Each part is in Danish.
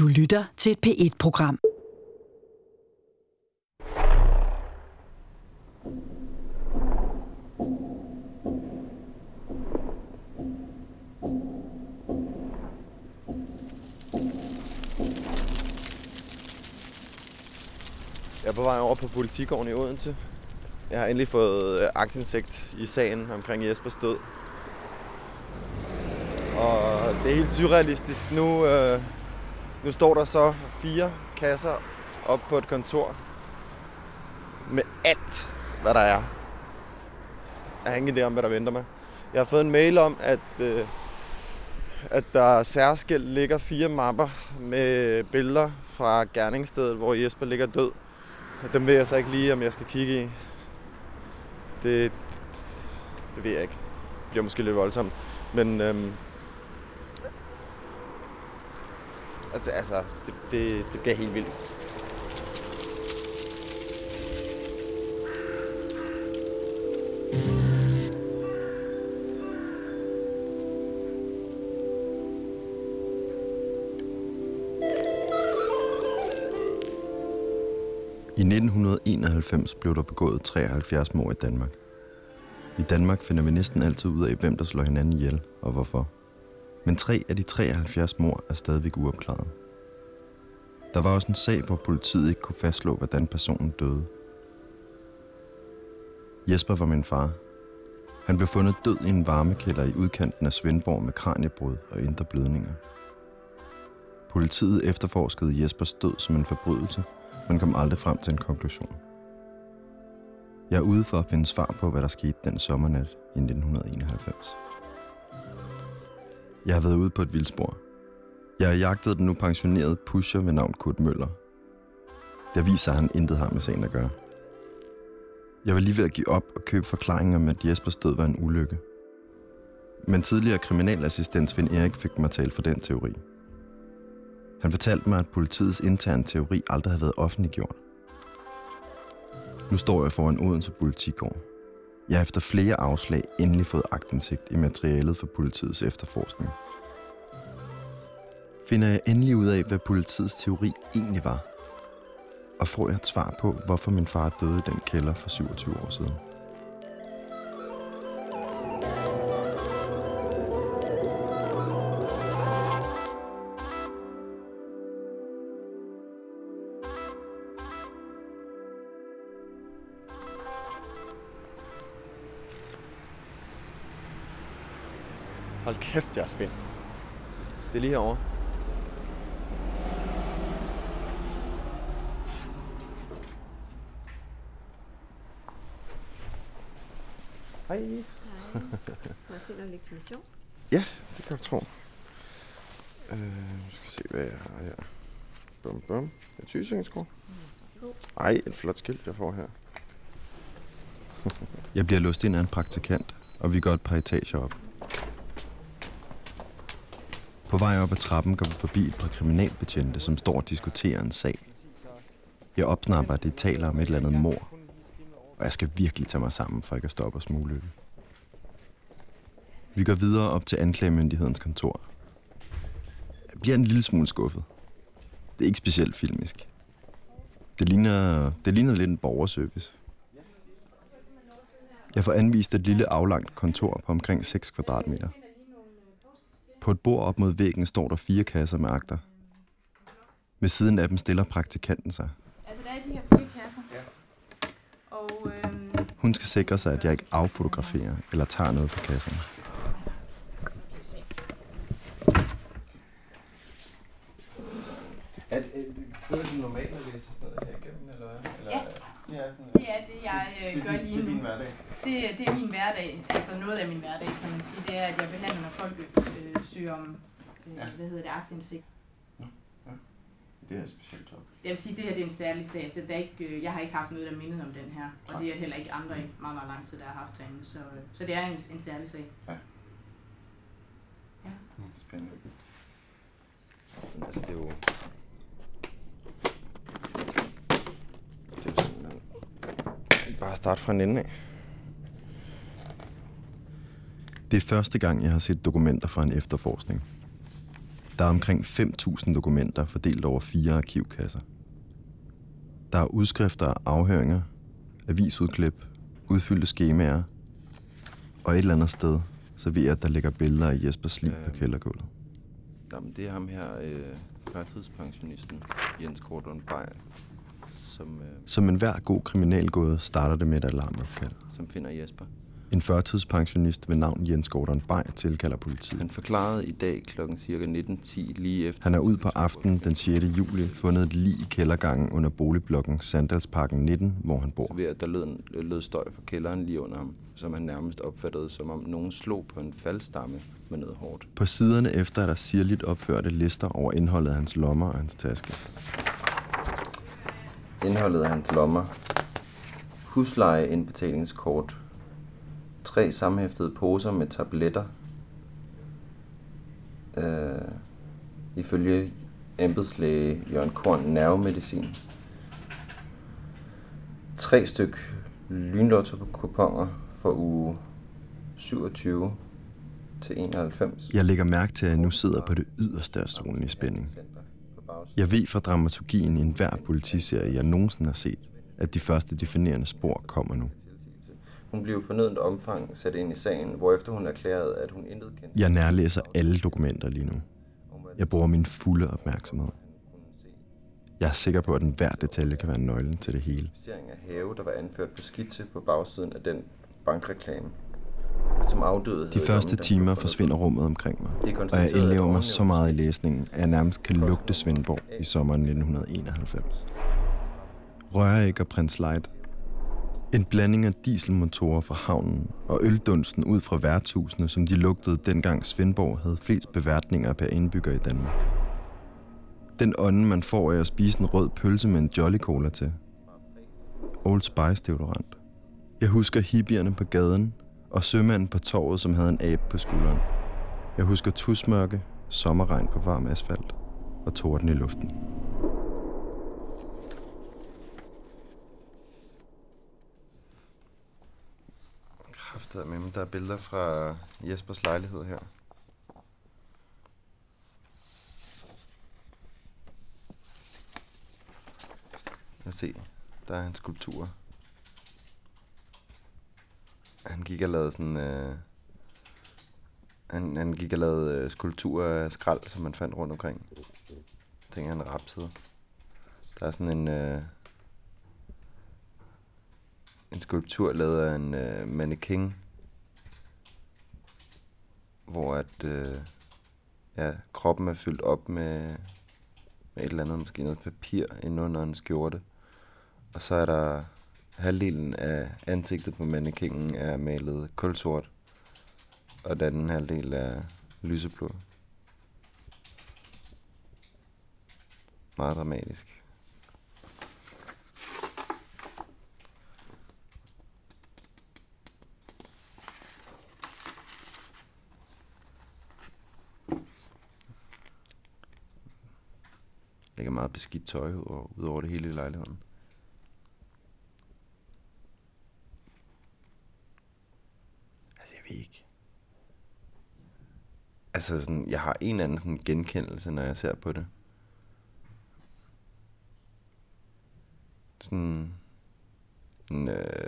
Du lytter til et P1-program. Jeg er på vej over på Politigården i Odense. Jeg har endelig fået aktindsigt i sagen omkring Jespers død. Og det er helt surrealistisk. Nu står der så 4 kasser op på et kontor med alt, hvad der er. Jeg har ingen idé om, hvad der venter mig. Jeg har fået en mail om, at der særskilt ligger 4 mapper med billeder fra gerningsstedet, hvor Jesper ligger død. Og dem ved jeg så ikke lige, om jeg skal kigge i. Det ved jeg ikke. Det bliver måske lidt voldsomt. Men det bliver helt vildt. I 1991 blev der begået 73 mord i Danmark. I Danmark finder vi næsten altid ud af, hvem der slår hinanden ihjel og hvorfor. Men 3 af de 73 mord er stadigvæk uopklaret. Der var også en sag, hvor politiet ikke kunne fastslå, hvordan personen døde. Jesper var min far. Han blev fundet død i en varmekælder i udkanten af Svendborg med kraniebrud og indre blødninger. Politiet efterforskede Jespers død som en forbrydelse, men kom aldrig frem til en konklusion. Jeg er ude for at finde svar på, hvad der skete den sommernat i 1991. Jeg har været ude på et vildspor. Jeg har jagtet den nu pensionerede pusher ved navn Kurt Møller. Det viser, at han intet har med sagen at gøre. Jeg var lige ved at give op og købe forklaringen om, at Jespers død var en ulykke. Men tidligere kriminalassistent Svend Erik fik mig talt for den teori. Han fortalte mig, at politiets interne teori aldrig havde været offentliggjort. Nu står jeg foran Odense Politigård. Jeg har efter flere afslag endelig fået aktindsigt i materialet for politiets efterforskning. Finder jeg endelig ud af, hvad politiets teori egentlig var? Og får jeg et svar på, hvorfor min far døde i den kælder for 27 år siden. Hold kæft, jeg er spændt. Det er lige herovre. Hej. Hej. Må jeg se noget legitimation? Ja, det kan du tro. Nu skal se, hvad jeg har her. Bum, bum. Et sygesikringskort. Ej, et flot skilt, jeg får her. Jeg bliver låst ind af en praktikant, og vi går et par etager op. På vej op ad trappen går vi forbi et par kriminalbetjente, som står og diskuterer en sag. Jeg opsnapper, at de taler om et eller andet mord, og jeg skal virkelig tage mig sammen, for ikke at stoppe og smuglykke. Vi går videre op til anklagemyndighedens kontor. Jeg bliver en lille smule skuffet. Det er ikke specielt filmisk. Det ligner lidt en borgerservice. Jeg får anvist et lille aflangt kontor på omkring 6 kvadratmeter. På et bord op mod væggen står der 4 kasser med akter. Ved siden af dem stiller praktikanten sig. Altså, der er de her 4 kasser. Ja. Og Hun skal sikre sig, at jeg ikke affotograferer eller tager noget fra kasserne. Sidder du normalt og læser sådan noget her igennem, eller hvad? Ja. Det er det, jeg gør lige nu. Det er din hverdag? Det er min hverdag. Altså noget af min hverdag, kan man sige. Det er, at jeg behandler, når folk søger om, aktindsigt. Ja. Det er et specielt job. Jeg vil sige, at det her det er en særlig sag. Så der er ikke, jeg har ikke haft noget, der mindede om den her. Og det er heller ikke andre i meget, meget lang tid, der har haft herinde. Så det er en særlig sag. Ja. Ja. Spændende. Men altså, det er jo simpelthen bare starte fra en ende af. Det er første gang, jeg har set dokumenter fra en efterforskning. Der er omkring 5.000 dokumenter fordelt over 4 arkivkasser. Der er udskrifter af afhøringer, avisudklip, udfyldte skemaer, og et eller andet sted, så ved jeg, at der ligger billeder af Jespers liv på kældergulvet. Jamen, det er ham her, førtidspensionisten Jens Gordon Beyer, Som enhver god kriminalgåde starter det med et alarmopkald. som finder Jesper. En førtidspensionist ved navn Jens Gordon Beyer tilkalder politiet. Han forklarede i dag klokken cirka 19:10 lige efter... Han er ud på aftenen den 6. juli fundet et lig i kældergangen under boligblokken Sandalsparken 19, hvor han bor. Så ved at der lød støj fra kælderen lige under ham, som han nærmest opfattede, som om nogen slog på en faldstamme med noget hårdt. På siderne efter er der sirligt opførte lister over indholdet af hans lommer og hans taske. Indholdet af hans lommer. Huslejeindbetalingskort. 3 sammenhæftede poser med tabletter. Ifølge embedslæge Jørgen Korn nervemedicin. 3 styk lynlotto-kuponer for uge 27 til 91. Jeg lægger mærke til, at jeg nu sidder på det yderste af stolen i spænding. Jeg ved fra dramaturgien i enhver politiserie, jeg nogensinde har set, at de første definerende spor kommer nu. Hun blev fornødent omfang sat ind i sagen, hvorefter hun erklærede, at hun intet kendte. Jeg nærlæser alle dokumenter lige nu. Jeg bruger min fulde opmærksomhed. Jeg er sikker på, at hver detalje kan være nøglen til det hele. Af have, der var anført på skitse på bagsiden af den bankreklame, som afdøde. De første timer forsvinder rummet omkring mig, og jeg indlever mig så meget i læsningen, at jeg nærmest kan lugte Svendborg i sommeren 1991. Rørik og Prins Light. En blanding af dieselmotorer fra havnen og øldunsten ud fra værtshusene, som de lugtede dengang Svendborg havde flest beværtninger per indbygger i Danmark. Den ånde, man får af at spise en rød pølse med en Jolly Cola til. Old Spice deodorant. Jeg husker hippierne på gaden og sømanden på torvet, som havde en abe på skulderen. Jeg husker tusmørke, sommerregn på varm asfalt og torden i luften. Men der er billeder fra Jespers lejlighed her. Lad os se, der er en skulptur. Han gik og lavede sådan... Han gik og lavede skulpturer af skrald, som man fandt rundt omkring. Jeg tænker, han rapsede. Der er sådan en skulptur lavet af en mannequin, hvor at kroppen er fyldt op med et eller andet, måske noget papir indunder en skjorte. Og så er der halvdelen af ansigtet på mannequinen er malet kulsort, og den anden halvdel er lyseblå. Meget dramatisk. Der ligger meget beskidt tøj ud over det hele i lejligheden. Altså, jeg ved ikke. Altså, sådan, jeg har en eller anden sådan genkendelse, når jeg ser på det. Sådan en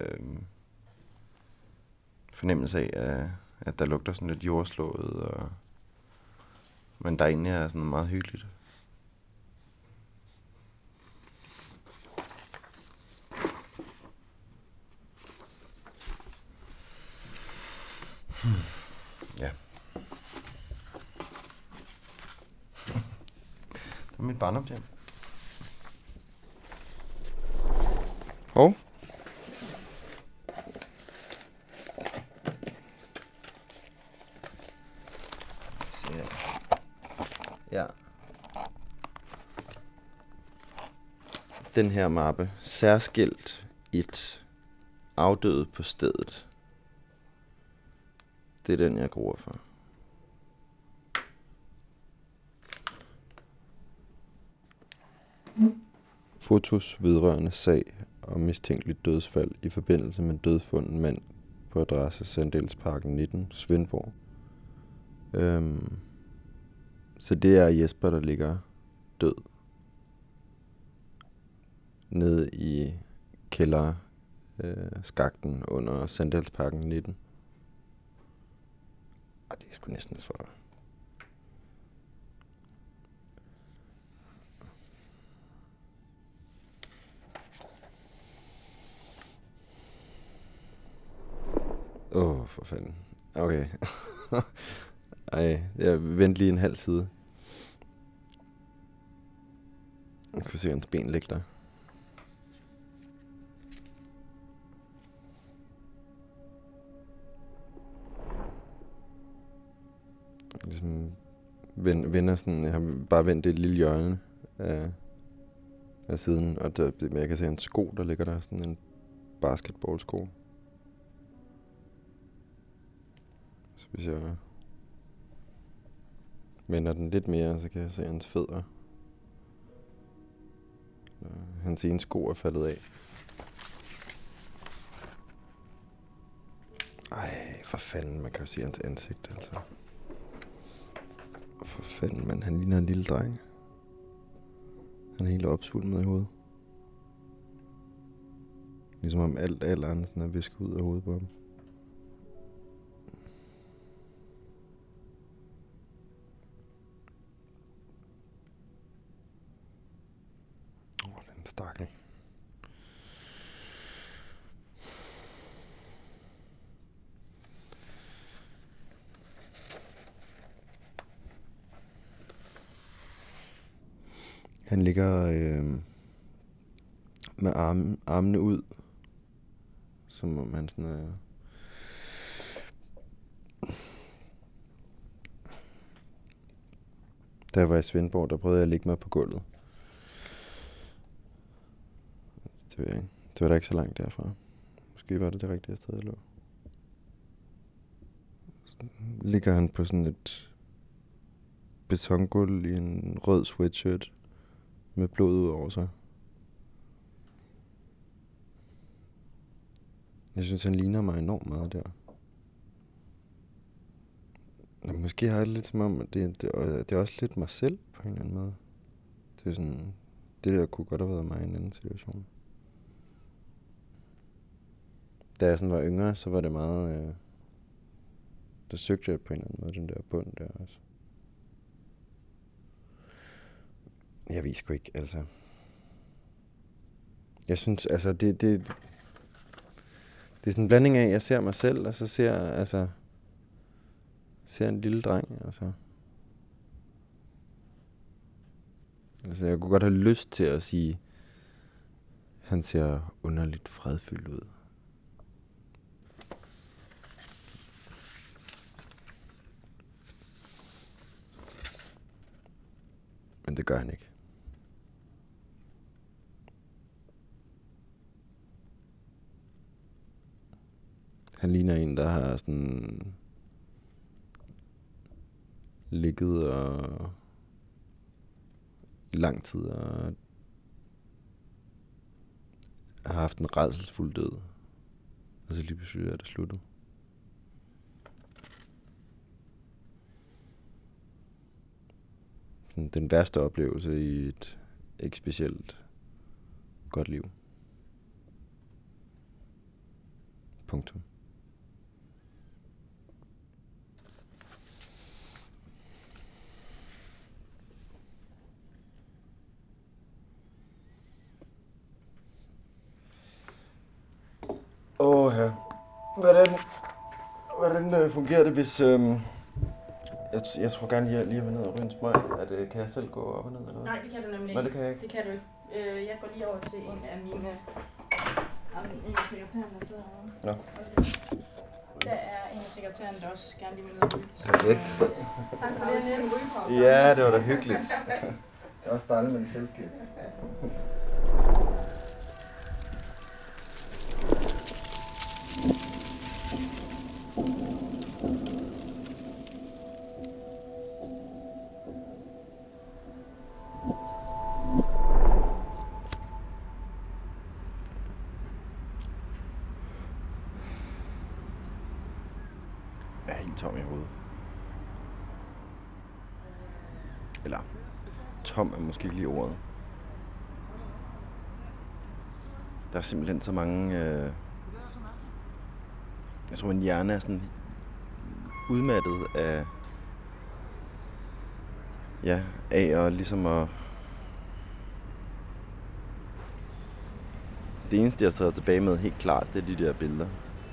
fornemmelse af, at der lugter sådan lidt jordslået, men der egentlig er sådan meget hyggeligt. Ja. Det er mit barndomshjem. Ja. Den her mappe, særskilt 1, afdøde på stedet. Det er den, jeg gruer for. Fotos vedrørende sag om mistænkeligt dødsfald i forbindelse med dødfunden mand på adresse Sandalsparken 19, Svendborg. Så det er Jesper, der ligger død nede i kælderskakten under Sandalsparken 19. Det er sgu næsten for... For fanden. Okay. Ej, jeg venter lige en halv side. Jeg kunne se hans ben ligge der. Ligesom vender sådan, jeg har bare vendt et lille hjørne af siden, og men jeg kan se en sko, der ligger der, sådan en basketballsko. Så hvis jeg vender den lidt mere, så kan jeg se hans fødder. Hans ene sko er faldet af. Ej, for fanden, man kan jo se hans ansigt, altså. For fanden, man, han ligner en lille dreng. Han er helt opsvulmet i hovedet. Ligesom om alt alderen sådan er visket ud af hovedet på ham. Den stakkel. Han ligger med armene ud, som om han sådan er... Da jeg var i Svendborg, der prøvede jeg at ligge mig på gulvet. Det ved jeg ikke. Det var da ikke så langt derfra. Måske var det rigtige sted, jeg lå. Så ligger han på sådan et betongulv i en rød sweatshirt med blod ud over sig. Jeg synes, han ligner mig enormt meget der. Og måske har jeg det lidt som om, at det er også lidt mig selv på en eller anden måde. Det er sådan, det der kunne godt have været mig i en anden situation. Da jeg sådan var yngre, så var det meget... der søgte jeg på en eller anden måde, den der bund der også. Jeg ved sgu ikke, altså. Jeg synes, altså, det er sådan en blanding af, at jeg ser mig selv, og så ser en lille dreng, altså. Altså, jeg kunne godt have lyst til at sige, han ser underligt fredfyldt ud. Men det gør han ikke. Han ligner en, der har sådan ligget og i lang tid og har haft en rædselsfuld død. Og så lige pludselig er det sluttet. Den værste oplevelse i et ikke specielt godt liv. Punktum. Ja. Hvordan fungerer det, hvis... Jeg tror gerne, jeg lige vil ned og ryge en smøg. Kan jeg selv gå op og ned? Eller? Nej, det kan du nemlig ikke. Nej, det kan jeg ikke. Det kan du ikke. Jeg går lige over til en af mine sekretærer, der sidder herovre. Nå. Okay. Der er en af sekretærerne, der også gerne lige vil ned og ryge. Perfekt. Tak for det, Annette. Ja, det var da hyggeligt. Det er også dejligt med en selskab. Jeg er helt tom i hovedet. Eller tom er måske ikke lige ordet. Der er simpelthen så mange... Jeg tror, min hjerne er sådan udmattet af... Ja, af og ligesom at... Det eneste, jeg sidder tilbage med helt klart, det er de der billeder.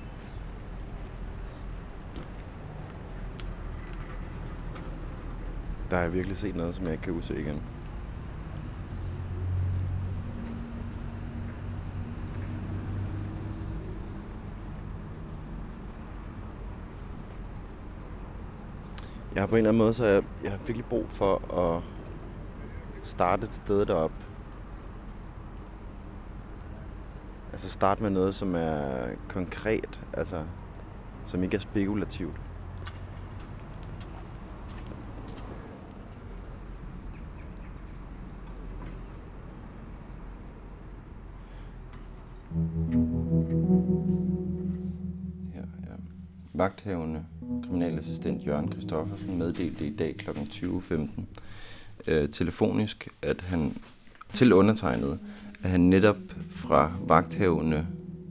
Der har jeg virkelig set noget, som jeg ikke kan huske igen. Jeg har på en eller anden måde, så jeg har virkelig brug for at starte et sted deroppe. Altså starte med noget, som er konkret, altså som ikke er spekulativt. Vagthavende kriminalassistent Jørgen Christoffersen meddelte i dag kl. 20.15 telefonisk, at han til undertegnede, at han netop fra vagthavende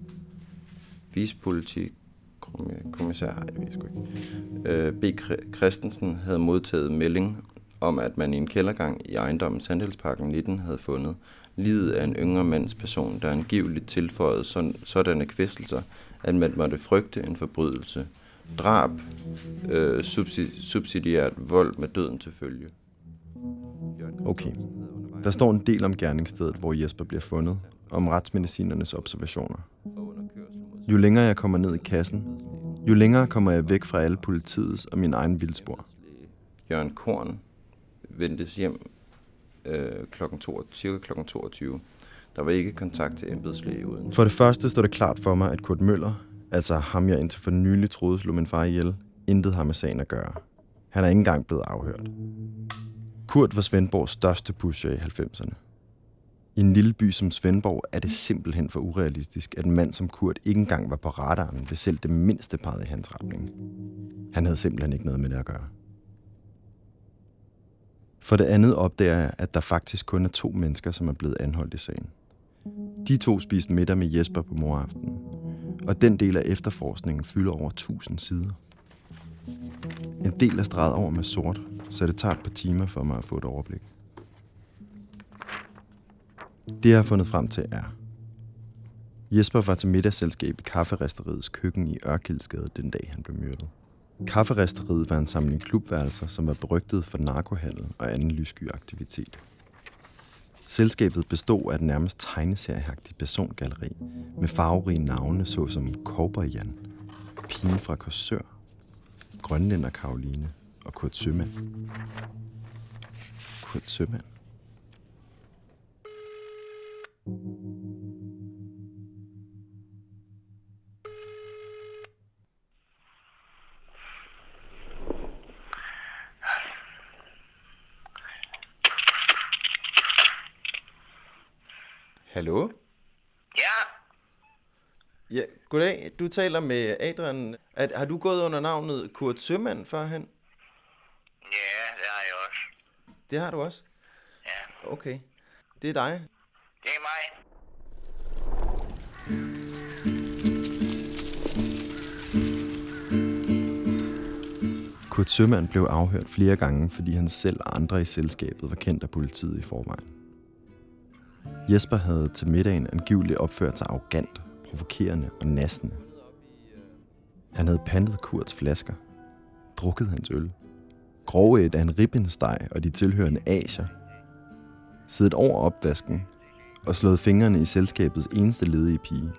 vicepolitikommissær B. Christensen havde modtaget melding om, at man i en kældergang i ejendommen Sandelsparken 19 havde fundet liget af en yngre mands person, der angiveligt tilføjede sådanne kvæstelser, at man måtte frygte en forbrydelse. Drab, subsidiært vold med døden til følge. Okay. Der står en del om gerningsstedet, hvor Jesper bliver fundet, om retsmedicinernes observationer. Jo længere jeg kommer ned i kassen, jo længere kommer jeg væk fra alle politiets og min egen vildspor. Jørgen Korn ventes hjem cirka kl. 22. Der var ikke kontakt til embedslæge uden. For det første står det klart for mig, at Kurt Møller, altså ham jeg indtil for nylig troede slog min far ihjel, intet har med sagen at gøre. Han er ikke engang blevet afhørt. Kurt var Svendborgs største pusher i 90'erne. I en lille by som Svendborg er det simpelthen for urealistisk, at en mand som Kurt ikke engang var på radaren ved selv det mindste peget i hans retning. Han havde simpelthen ikke noget med det at gøre. For det andet opdager jeg, at der faktisk kun er 2 mennesker, som er blevet anholdt i sagen. De 2 spiste middag med Jesper på moraften, og den del af efterforskningen fylder over 1000 sider. En del er streget over med sort, så det tager et par timer for mig at få et overblik. Det jeg har fundet frem til er: Jesper var til middagsselskab i kafferisteriets køkken i Ørkildsgade den dag, han blev myrdet. Kafferisteriet var en samling klubværelser, som var berygtet for narkohandel og anden lyssky aktivitet. Selskabet bestod af et nærmest tegneserieagtigt persongalleri med farverige navne såsom Cowboy Jan, Pigen fra Korsør, Grønlænder Karoline og Kurt Sømand. Kurt Sømand? Hallo? Ja, goddag. Du taler med Adrian. Har du gået under navnet Kurt Sømand førhen? Ja, det har jeg også. Det har du også? Ja. Okay. Det er dig? Det er mig. Kurt Sømand blev afhørt flere gange, fordi han selv og andre i selskabet var kendt af politiet i forvejen. Jesper havde til middagen angiveligt opført sig arrogant, provokerende og nassende. Han havde pantet Kurts flasker, drukket hans øl, grovet af en ribbensteg og de tilhørende asier, siddet over opvasken og slået fingrene i selskabets eneste ledige pige.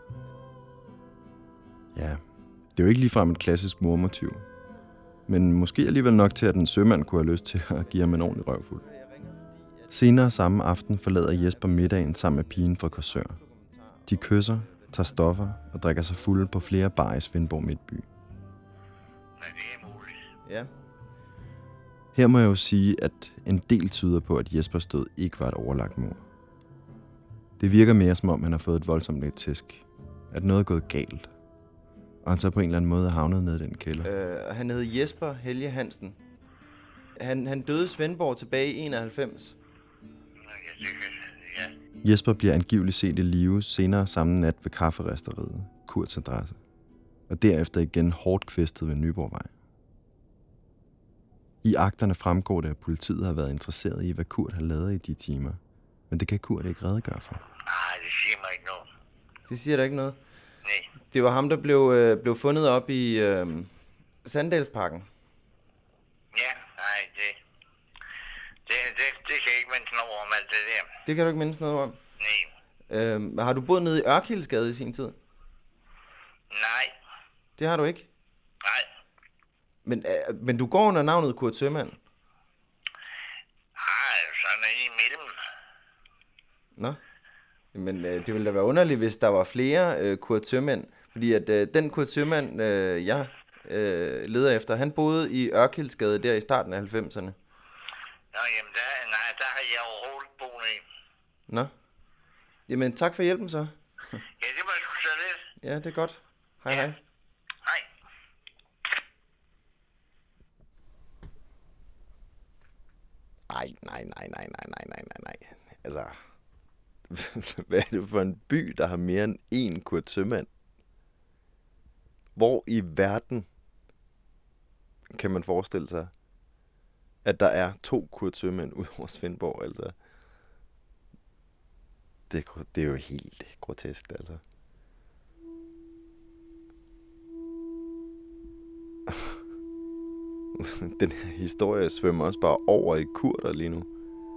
Ja, det er jo ikke ligefrem et klassisk mormotiv, men måske alligevel nok til, at en sømand kunne have lyst til at give ham en ordentlig røvfuld. Senere samme aften forlader Jesper middagen sammen med pigen fra Korsør. De kysser, tager stoffer og drikker sig fulde på flere barer i Svendborg Midtby. Men det er muligt. Ja. Her må jeg jo sige, at en del tyder på, at Jespers død ikke var et overlagt mord. Det virker mere som om, han har fået et voldsomt lidt tæsk. At noget er gået galt. Og han så på en eller anden måde havnet ned i den kælder. Han hed Jesper Helge Hansen. Han døde i Svendborg tilbage i 91. Ja. Jesper bliver angiveligt set i live senere samme nat ved kafferisteriet, Kurts adresse, og derefter igen hårdt kvæstet ved Nyborgvej. I akterne fremgår det, at politiet har været interesseret i, hvad Kurt har lavet i de timer, men det kan Kurt ikke redegøre for. Nej, det siger mig ikke noget. Det siger der ikke noget. Nej. Det var ham, der blev fundet op i Sanddalsparken. Ja, nej, det kan jeg ikke mindst noget om alt det der. Det kan du ikke mindes noget om. Nej. Har du boet nede i Ørkildsgade i sin tid? Nej. Det har du ikke. Nej. Men du går under navnet Kurt Sømand. Sådan i midten. Nå. Men det ville da være underligt, hvis der var flere Kurt Sømand. Fordi at den Kurt Sømand, jeg leder efter, han boede i Ørkildsgade der i starten af 90'erne. Nå, jamen, der har jeg overhovedet ikke boet i. Nå. Jamen, tak for hjælpen så. Ja, det var sgu så lidt. Ja, det er godt. Hej, hej. Hej. Nej. Altså, hvad er det for en by, der har mere end én Kurt Sømand? Hvor i verden kan man forestille sig, at der er 2 Kurt Sømand ud over Svendborg, altså? Det er jo helt grotesk, altså. Den her historie svømmer også bare over i kurter lige nu.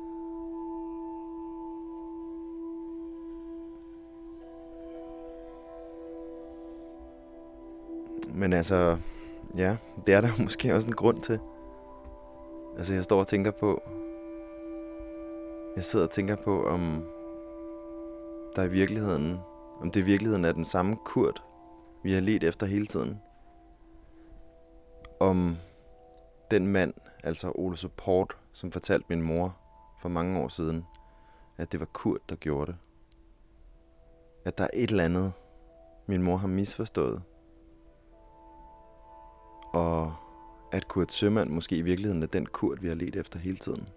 Men altså, ja, det er der måske også en grund til. Altså, jeg sidder og tænker på, om der i virkeligheden, om det i virkeligheden er den samme Kurt, vi har ledt efter hele tiden. Om den mand, altså Ole Support, som fortalte min mor for mange år siden, at det var Kurt, der gjorde det. At der er et eller andet, min mor har misforstået. Og at Kurt Sømand måske i virkeligheden er den Kurt, vi har ledt efter hele tiden.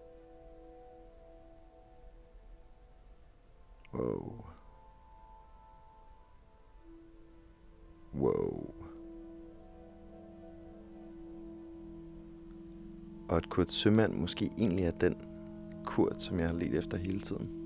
Wow. Og at Kurt Sømand måske egentlig er den Kurt, som jeg har ledt efter hele tiden.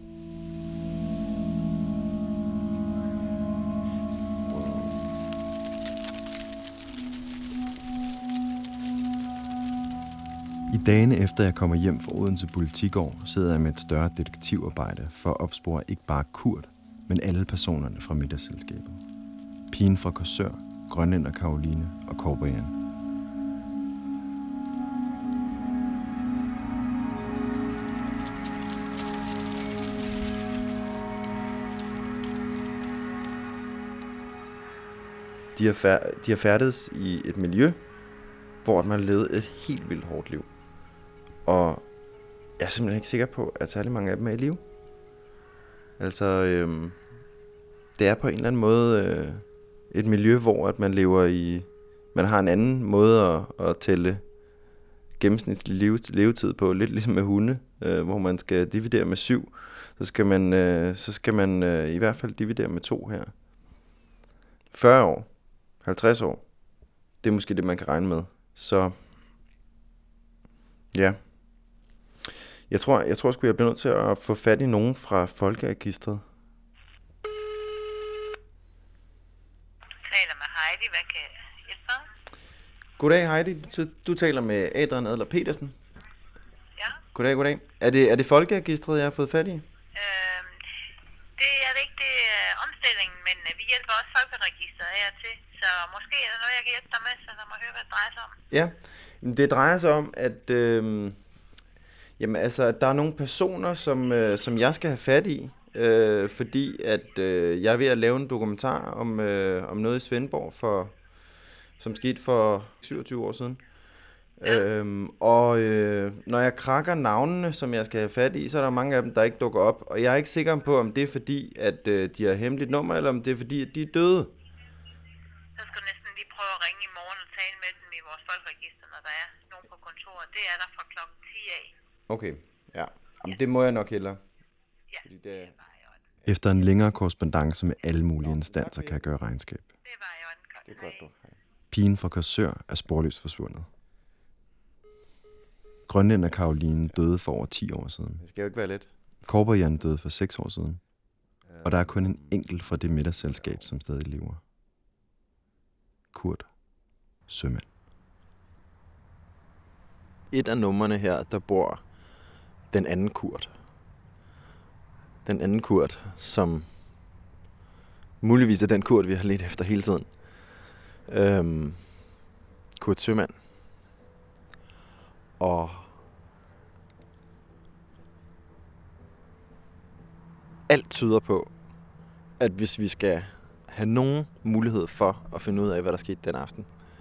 I dagene efter jeg kommer hjem fra Odense Politigård, sidder jeg med et større detektivarbejde for at opspore ikke bare Kurt, men alle personerne fra middagsselskabet. Pigen fra Korsør, Grønlænder Karoline og Cowboyen. De har færdedes i et miljø, hvor man levede et helt vildt hårdt liv. Og jeg er simpelthen ikke sikker på, at særlig mange af dem er i live. Altså, det er på en eller anden måde et miljø, hvor at man lever i... Man har en anden måde at tælle gennemsnitlig levetid på. Lidt ligesom med hunde, hvor man skal dividere med 7. Så skal man i hvert fald dividere med 2 her. 40 år. 50 år. Det er måske det, man kan regne med. Så ja. Jeg tror sgu, jeg bliver nødt til at få fat i nogen fra Folkeregistret. Taler med Heidi. Hvad kan jeg hjælpe dig? Goddag Heidi. Du taler med Adrian Adler Petersen. Ja. Goddag. Er det Folkeregistret, jeg har fået fat i? Det er ikke det omstillingen, men vi hjælper også Folkeregistret hertil. Så måske er der noget, jeg kan hjælpe dig med, så der må høre, hvad det drejer sig om. Ja, det drejer sig om, at der er nogle personer, som jeg skal have fat i, fordi at jeg er ved at lave en dokumentar om noget i Svendborg, som skete for 27 år siden. Ja. Når jeg krakker navnene, som jeg skal have fat i, så er der mange af dem, der ikke dukker op. Og jeg er ikke sikker på, om det er fordi, at de har hemmeligt nummer, eller om det er fordi, at de er døde. Så skal du næsten lige prøve at ringe i morgen og tale med dem i vores folkeregister, når der er nogen på kontor. Det er der fra klokken 10 af. Okay, ja. Jamen, det må jeg nok hellere. Ja, Fordi det... det var i orden. Efter en længere korrespondance med alle mulige instanser kan jeg gøre regnskab. Det var i orden. Det er godt, du. Hej. Pigen fra Korsør er sporløst forsvundet. Grønlænder Karoline døde for over 10 år siden. Det skal jo ikke være let. Korper Jan døde for 6 år siden. Og der er kun en enkelt fra det middagsselskab, som stadig lever. Kurt Sømand. Et af numrene her, der bor den anden Kurt. Den anden Kurt, som muligvis er den Kurt, vi har let efter hele tiden. Kurt Sømand. Og alt tyder på, at hvis vi skal have nogen mulighed for at finde ud af, hvad der skete den aften,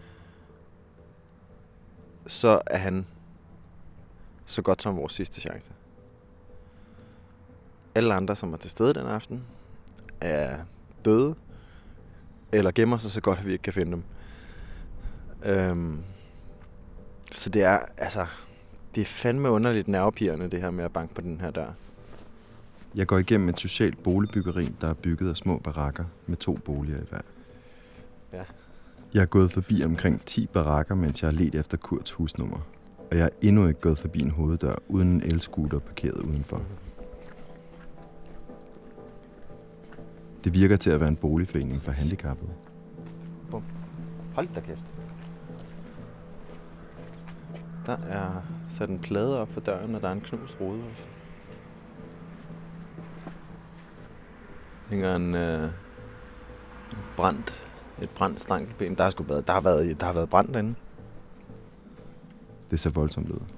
så er han så godt som vores sidste chance. Alle andre, som var til stede den aften, er døde, eller gemmer sig så godt, at vi ikke kan finde dem. Så det er, altså, det er fandme underligt nervepirrende, det her med at banke på den her dør. Jeg går igennem et socialt boligbyggeri, der er bygget af små barakker med 2 boliger i hver. Ja. Jeg er gået forbi omkring 10 barakker, mens jeg har ledt efter Kurts husnummer. Og jeg er endnu ikke gået forbi en hoveddør uden en elscooter parkeret udenfor. Det virker til at være en boligforening for handicappede. Bum. Hold da kæft. Der er sat en plade op for døren, og der er en knust rude. Der hænger et brændt stankelben. Der har været brændt derinde. Det ser voldsomt ud.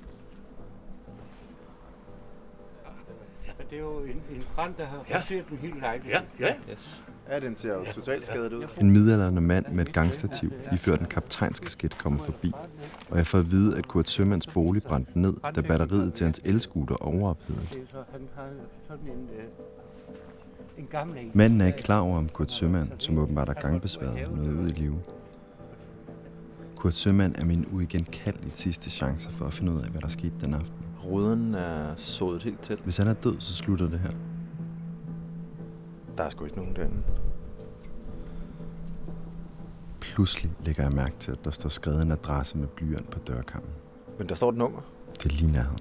Det er jo en brand, der har forseret en hel lejlighed. Ja. Yes. Ja, den ser jo totalt skadet ud. En midaldrende mand med et gangstativ iført en kaptajnske skidt kommer forbi, og jeg får at vide, at Kurt Sømands bolig brændte ned, da batteriet til hans elscooter overophedede. Han har sådan en gammel en. Manden er ikke klar over, om Kurt Sømand, som åbenbart er gangbesværet, noget ud i live. Kurt Sømand er min uigenkaldelige sidste chance for at finde ud af, hvad der skete den aften. Ruden er sået helt til. Hvis han er død, så slutter det her. Der er sgu ikke nogen derinde. Pludselig lægger jeg mærke til, at der står skrevet en adresse med blyant på dørkarmen. Men der står et nummer. Det er lige nærheden.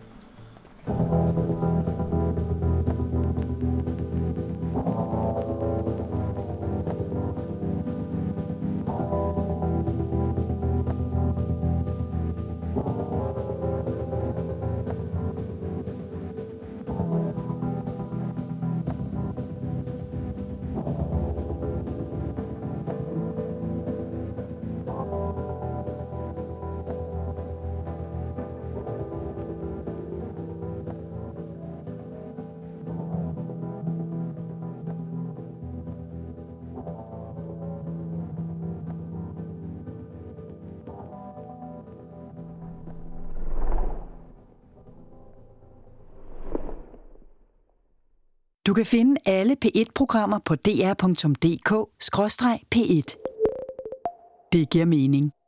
Du kan finde alle P1-programmer på dr.dk/P1. Det giver mening.